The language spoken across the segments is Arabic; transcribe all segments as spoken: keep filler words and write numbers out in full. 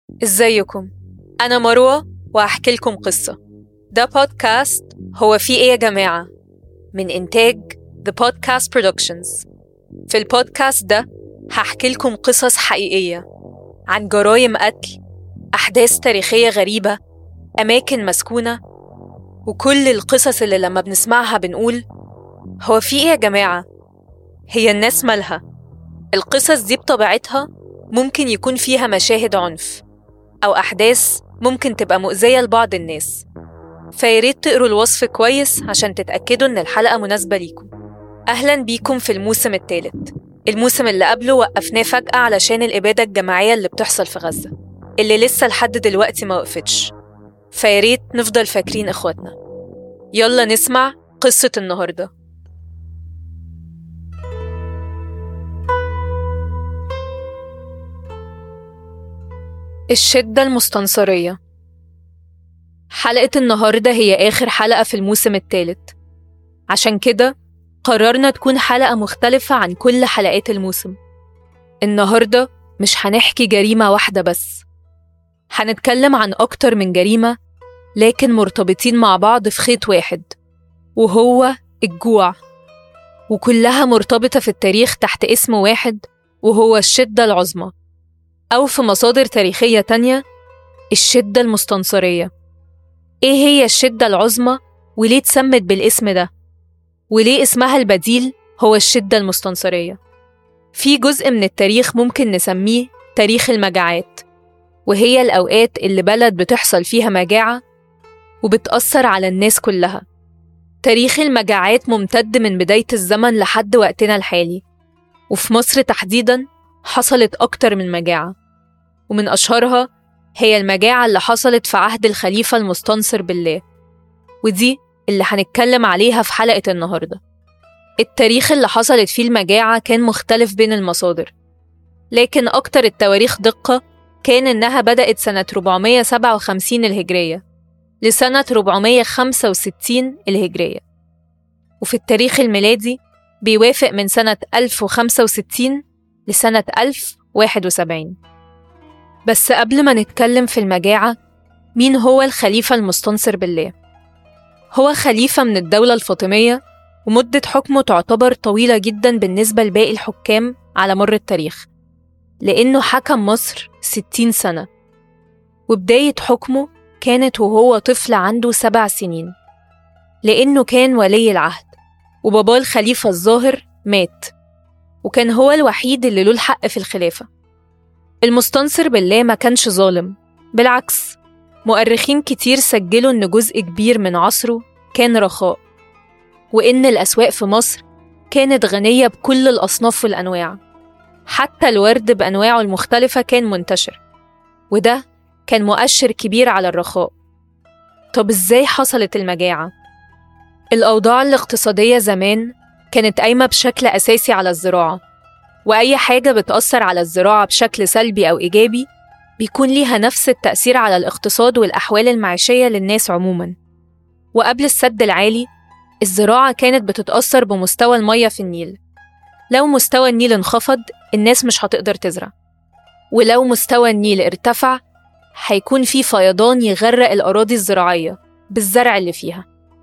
ازيكم؟ أنا مروة وهحكي لكم قصة. ده بودكاست هو في إيه يا جماعة؟ من إنتاج The Podcast Productions. في البودكاست ده هحكي لكم قصص حقيقية عن جرائم قتل، أحداث تاريخية غريبة، أماكن مسكونة، وكل القصص اللي لما بنسمعها بنقول هو في إيه يا جماعة؟ هي الناس مالها؟ القصص دي بطبيعتها ممكن يكون فيها مشاهد عنف أو أحداث ممكن تبقى مؤذية لبعض الناس، فياريت تقروا الوصف كويس عشان تتأكدوا إن الحلقة مناسبة ليكم. أهلاً بيكم في الموسم الثالث، الموسم اللي قبله وقفناه فجأة علشان الإبادة الجماعية اللي بتحصل في غزة اللي لسه لحد دلوقتي ما وقفتش، فياريت نفضل فاكرين إخواتنا. يلا نسمع قصة النهاردة. الشدة المستنصرية. حلقة النهاردة هي آخر حلقة في الموسم الثالث، عشان كده قررنا تكون حلقة مختلفة عن كل حلقات الموسم. النهاردة مش هنحكي جريمة واحدة بس، هنتكلم عن أكتر من جريمة لكن مرتبطين مع بعض في خيط واحد، وهو الجوع، وكلها مرتبطة في التاريخ تحت اسم واحد وهو الشدة العظمى، أو في مصادر تاريخية تانية الشدة المستنصرية. إيه هي الشدة العظمى وليه اتسمت بالاسم ده؟ وليه اسمها البديل هو الشدة المستنصرية؟ في جزء من التاريخ ممكن نسميه تاريخ المجاعات، وهي الأوقات اللي بلد بتحصل فيها مجاعة وبتأثر على الناس كلها. تاريخ المجاعات ممتد من بداية الزمن لحد وقتنا الحالي، وفي مصر تحديداً حصلت أكتر من مجاعة، ومن أشهرها هي المجاعة اللي حصلت في عهد الخليفة المستنصر بالله، ودي اللي هنتكلم عليها في حلقة النهاردة. التاريخ اللي حصلت فيه المجاعة كان مختلف بين المصادر، لكن أكتر التواريخ دقة كان إنها بدأت سنة أربعمية وسبعة وخمسين الهجرية لسنة أربعمية وخمسة وستين الهجرية، وفي التاريخ الميلادي بيوافق من سنة ألف وخمسة وستين لسنة ألف وواحد وسبعين. بس قبل ما نتكلم في المجاعة، مين هو الخليفة المستنصر بالله؟ هو خليفة من الدولة الفاطمية، ومدة حكمه تعتبر طويلة جدا بالنسبة لباقي الحكام على مر التاريخ، لأنه حكم مصر ستين سنة، وبداية حكمه كانت وهو طفل عنده سبع سنين، لأنه كان ولي العهد وباباه الخليفة الظاهر مات، وكان هو الوحيد اللي له الحق في الخلافة. المستنصر بالله ما كانش ظالم، بالعكس، مؤرخين كتير سجلوا إن جزء كبير من عصره كان رخاء، وإن الأسواق في مصر كانت غنية بكل الأصناف والأنواع، حتى الورد بأنواعه المختلفة كان منتشر، وده كان مؤشر كبير على الرخاء. طب إزاي حصلت المجاعة؟ الأوضاع الاقتصادية زمان كانت قايمة بشكل أساسي على الزراعة، وأي حاجة بتأثر على الزراعة بشكل سلبي أو إيجابي بيكون ليها نفس التأثير على الاقتصاد والأحوال المعيشية للناس عموماً. وقبل السد العالي الزراعة كانت بتتأثر بمستوى المية في النيل، لو مستوى النيل انخفض الناس مش هتقدر تزرع، ولو مستوى النيل ارتفع هيكون في فيضان يغرق الأراضي الزراعية بالزرع اللي فيها.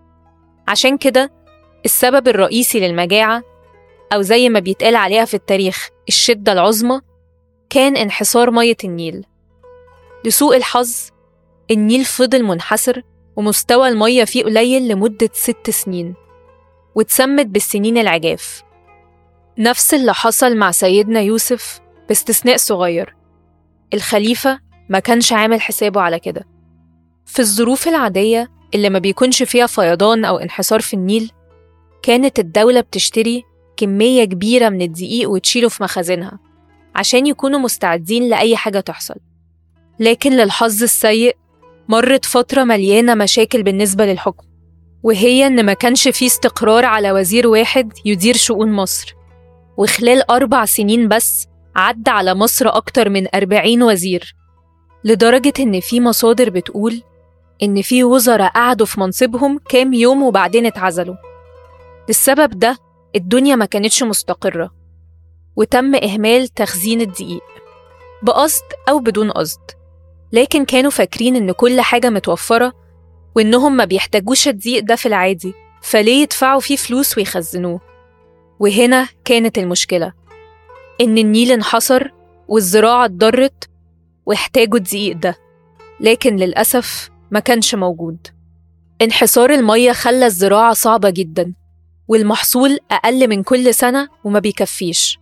عشان كده السبب الرئيسي للمجاعة، أو زي ما بيتقال عليها في التاريخ الشدة العظمى، كان انحسار مية النيل. لسوء الحظ النيل فضل منحسر ومستوى المية فيه قليل لمدة ست سنين، واتسمت بالسنين العجاف. نفس اللي حصل مع سيدنا يوسف باستثناء صغير، الخليفة ما كانش عامل حسابه على كده. في الظروف العادية اللي ما بيكونش فيها فيضان أو انحسار في النيل، كانت الدولة بتشتري كمية كبيرة من الدقيق وتشيله في مخازنها عشان يكونوا مستعدين لأي حاجة تحصل. لكن للحظ السيء مرت فترة مليانة مشاكل بالنسبة للحكم، وهي إن ما كانش فيه استقرار على وزير واحد يدير شؤون مصر، وخلال أربع سنين بس عدى على مصر أكتر من أربعين وزير، لدرجة إن في مصادر بتقول إن في وزراء قعدوا في منصبهم كام يوم وبعدين اتعزلوا. للسبب ده الدنيا ما كانتش مستقرة، وتم إهمال تخزين الدقيق بقصد أو بدون قصد. لكن كانوا فاكرين إن كل حاجة متوفرة وإنهم ما بيحتاجوش الدقيق ده في العادي، فليه يدفعوا فيه فلوس ويخزنوه؟ وهنا كانت المشكلة، إن النيل انحصر والزراعة اتضرت واحتاجوا الدقيق ده، لكن للأسف ما كانش موجود. انحصار المية خلى الزراعة صعبة جدا، والمحصول أقل من كل سنة وما بيكفيش،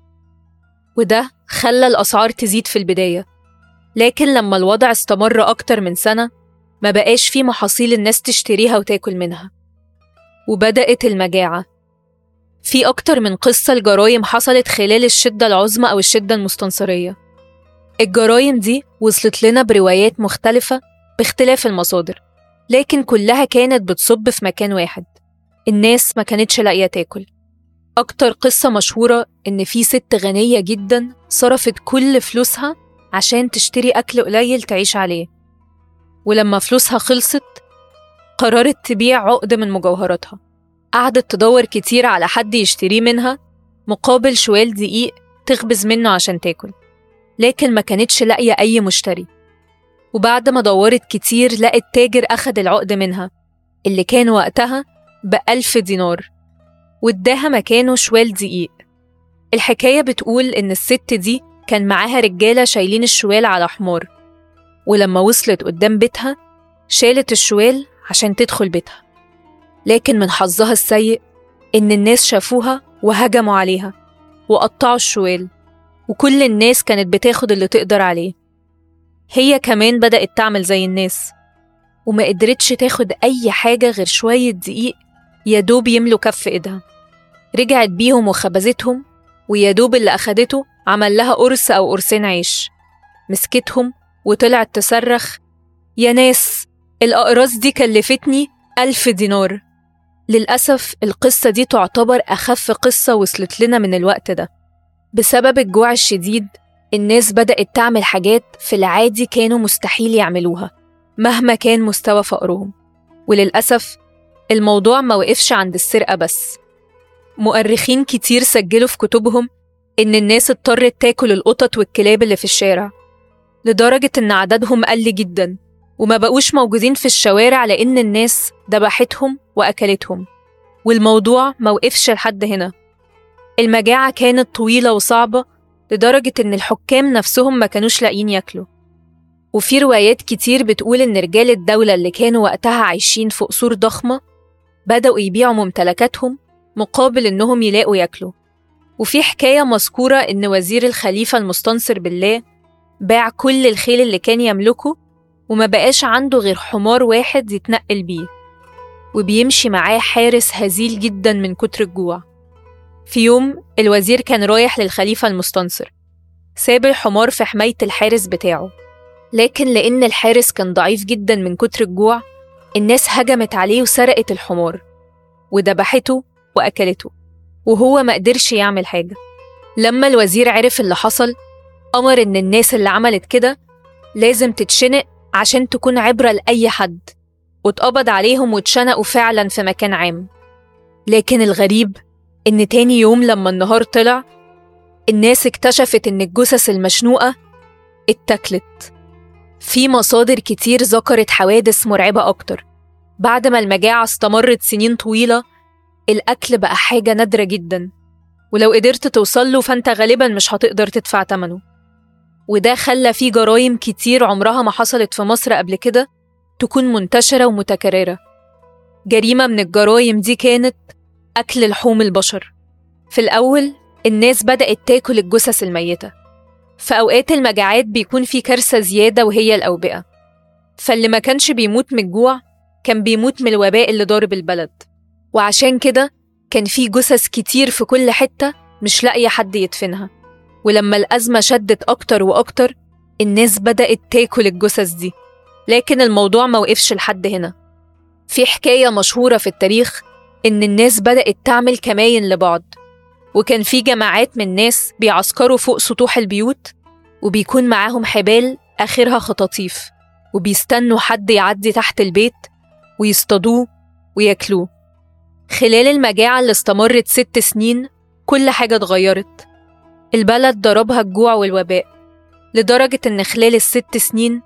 وده خلى الأسعار تزيد في البداية. لكن لما الوضع استمر أكتر من سنة ما بقاش فيه محاصيل الناس تشتريها وتاكل منها، وبدأت المجاعة. في أكتر من قصة الجرايم حصلت خلال الشدة العظمى أو الشدة المستنصرية. الجرايم دي وصلت لنا بروايات مختلفة باختلاف المصادر، لكن كلها كانت بتصب في مكان واحد: الناس ما كانتش لاقية تاكل. أكتر قصة مشهورة إن في ست غنية جدا صرفت كل فلوسها عشان تشتري أكل قليل تعيش عليه، ولما فلوسها خلصت قررت تبيع عقد من مجوهراتها. قعدت تدور كتير على حد يشتريه منها مقابل شوال دقيق تخبز منه عشان تاكل، لكن ما كانتش لاقية أي مشتري. وبعد ما دورت كتير لقت تاجر أخد العقد منها اللي كان وقتها بألف دينار واداها مكانه شوال دقيق. الحكاية بتقول إن الست دي كان معاها رجالة شايلين الشوال على حمار، ولما وصلت قدام بيتها شالت الشوال عشان تدخل بيتها، لكن من حظها السيء إن الناس شافوها وهجموا عليها وقطعوا الشوال، وكل الناس كانت بتاخد اللي تقدر عليه. هي كمان بدأت تعمل زي الناس وما قدرتش تاخد أي حاجة غير شوية دقيق يادوب يملوا كف إيدها. رجعت بيهم وخبزتهم، ويادوب اللي أخدته عمل لها قرص أو قرصين عيش. مسكتهم وطلعت تصرخ: يا ناس، الأقراص دي كلفتني ألف دينار. للأسف القصة دي تعتبر أخف قصة وصلت لنا من الوقت ده. بسبب الجوع الشديد الناس بدأت تعمل حاجات في العادي كانوا مستحيل يعملوها مهما كان مستوى فقرهم. وللأسف الموضوع ما وقفش عند السرقة بس. مؤرخين كتير سجلوا في كتبهم إن الناس اضطرت تاكل القطط والكلاب اللي في الشارع، لدرجة إن عددهم قل جدا وما بقوش موجودين في الشوارع لأن الناس ذبحتهم وأكلتهم. والموضوع ما وقفش لحد هنا. المجاعة كانت طويلة وصعبة لدرجة إن الحكام نفسهم ما كانوش لاقيين ياكلوا. وفي روايات كتير بتقول إن رجال الدولة اللي كانوا وقتها عايشين في قصور ضخمة بدأوا يبيعوا ممتلكاتهم مقابل إنهم يلاقوا ياكلوا. وفي حكاية مذكورة إن وزير الخليفة المستنصر بالله باع كل الخيل اللي كان يملكه وما بقاش عنده غير حمار واحد يتنقل بيه، وبيمشي معاه حارس هزيل جدا من كتر الجوع. في يوم الوزير كان رايح للخليفة المستنصر، ساب الحمار في حماية الحارس بتاعه، لكن لأن الحارس كان ضعيف جدا من كتر الجوع الناس هجمت عليه وسرقت الحمار وذبحته وأكلته، وهو ما قدرش يعمل حاجة. لما الوزير عرف اللي حصل أمر إن الناس اللي عملت كده لازم تتشنق عشان تكون عبرة لأي حد، واتقبض عليهم واتشنقوا فعلا في مكان عام. لكن الغريب إن تاني يوم لما النهار طلع الناس اكتشفت إن الجثث المشنوقة اتاكلت. في مصادر كتير ذكرت حوادث مرعبة أكتر. بعد ما المجاعة استمرت سنين طويلة الأكل بقى حاجة نادرة جدا، ولو قدرت توصله فأنت غالبا مش هتقدر تدفع ثمنه. وده خلى فيه جرايم كتير عمرها ما حصلت في مصر قبل كده تكون منتشرة ومتكررة. جريمة من الجرايم دي كانت أكل لحوم البشر. في الأول الناس بدأت تاكل الجثث الميتة. في أوقات المجاعات بيكون في كارثة زيادة وهي الأوبئة، فاللي ما كانش بيموت من الجوع كان بيموت من الوباء اللي ضارب البلد. وعشان كده كان في جثث كتير في كل حتة مش لاقية حد يدفنها. ولما الأزمة شدت أكتر وأكتر الناس بدأت تاكل الجثث دي. لكن الموضوع ما وقفش لحد هنا. في حكاية مشهورة في التاريخ إن الناس بدأت تعمل كماين لبعض، وكان في جماعات من الناس بيعسكروا فوق سطوح البيوت وبيكون معاهم حبال آخرها خطاطيف، وبيستنوا حد يعدي تحت البيت ويصطادوه وياكلوه. خلال المجاعة اللي استمرت ست سنين كل حاجة اتغيرت. البلد ضربها الجوع والوباء لدرجة إن خلال الست سنين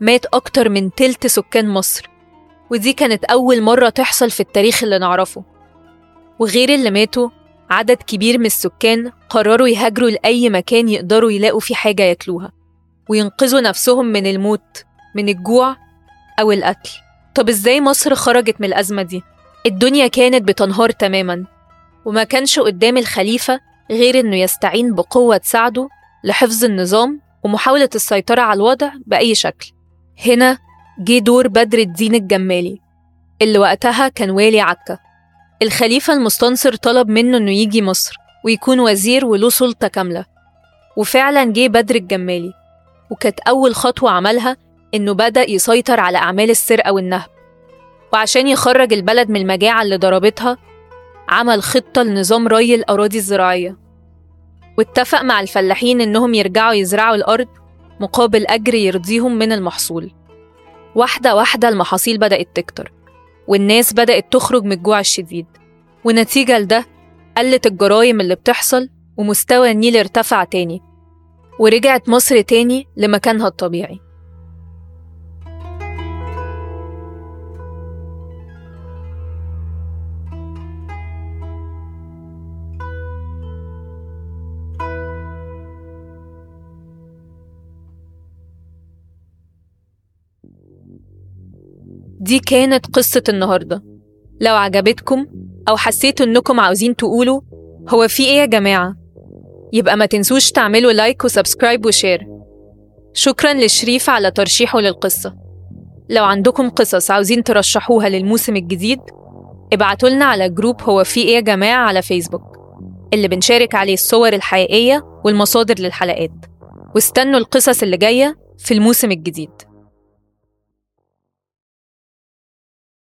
مات أكتر من تلت سكان مصر، ودي كانت أول مرة تحصل في التاريخ اللي نعرفه. وغير اللي ماتوا، عدد كبير من السكان قرروا يهاجروا لأي مكان يقدروا يلاقوا فيه حاجة ياكلوها وينقذوا نفسهم من الموت، من الجوع أو القتل. طب إزاي مصر خرجت من الأزمة دي؟ الدنيا كانت بتنهار تماماً، وما كانش قدام الخليفة غير إنه يستعين بقوة تساعده لحفظ النظام ومحاولة السيطرة على الوضع بأي شكل. هنا جه دور بدر الدين الجمالي اللي وقتها كان والي عكا. الخليفة المستنصر طلب منه إنه يجي مصر ويكون وزير وله سلطة كاملة، وفعلاً جه بدر الجمالي، وكانت أول خطوة عملها إنه بدأ يسيطر على أعمال السرقة والنهب. وعشان يخرج البلد من المجاعة اللي ضربتها، عمل خطة لنظام ري الأراضي الزراعية، واتفق مع الفلاحين إنهم يرجعوا يزرعوا الأرض مقابل أجر يرضيهم من المحصول. واحدة واحدة المحاصيل بدأت تكتر، والناس بدأت تخرج من الجوع الشديد، ونتيجة لده قلت الجرائم اللي بتحصل، ومستوى النيل ارتفع تاني، ورجعت مصر تاني لمكانها الطبيعي. دي كانت قصة النهاردة. لو عجبتكم أو حسيتوا إنكم عاوزين تقولوا هو في إيه يا جماعة، يبقى ما تنسوش تعملوا لايك وسبسكرايب وشير. شكراً لشريف على ترشيحه للقصة. لو عندكم قصص عاوزين ترشحوها للموسم الجديد، ابعتولنا على جروب هو في إيه يا جماعة على فيسبوك، اللي بنشارك عليه الصور الحقيقية والمصادر للحلقات. واستنوا القصص اللي جاية في الموسم الجديد.